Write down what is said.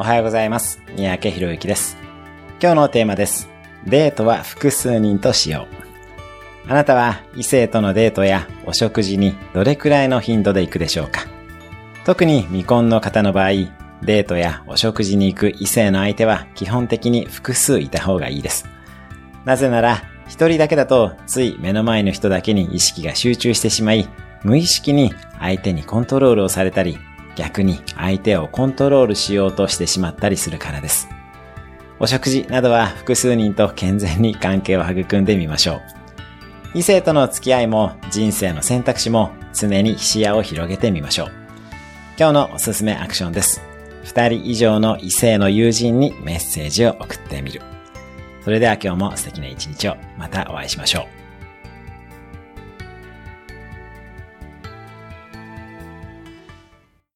おはようございます。三宅博之です。今日のテーマです。デートは複数人としよう。あなたは異性とのデートやお食事にどれくらいの頻度で行くでしょうか？特に未婚の方の場合、デートやお食事に行く異性の相手は基本的に複数いた方がいいです。なぜなら、一人だけだとつい目の前の人だけに意識が集中してしまい、無意識に相手にコントロールをされたり、逆に相手をコントロールしようとしてしまったりするからです。お食事などは複数人と健全に関係を育んでみましょう。異性との付き合いも人生の選択肢も常に視野を広げてみましょう。今日のおすすめアクションです。2人以上の異性の友人にメッセージを送ってみる。それでは今日も素敵な一日を。またお会いしましょう。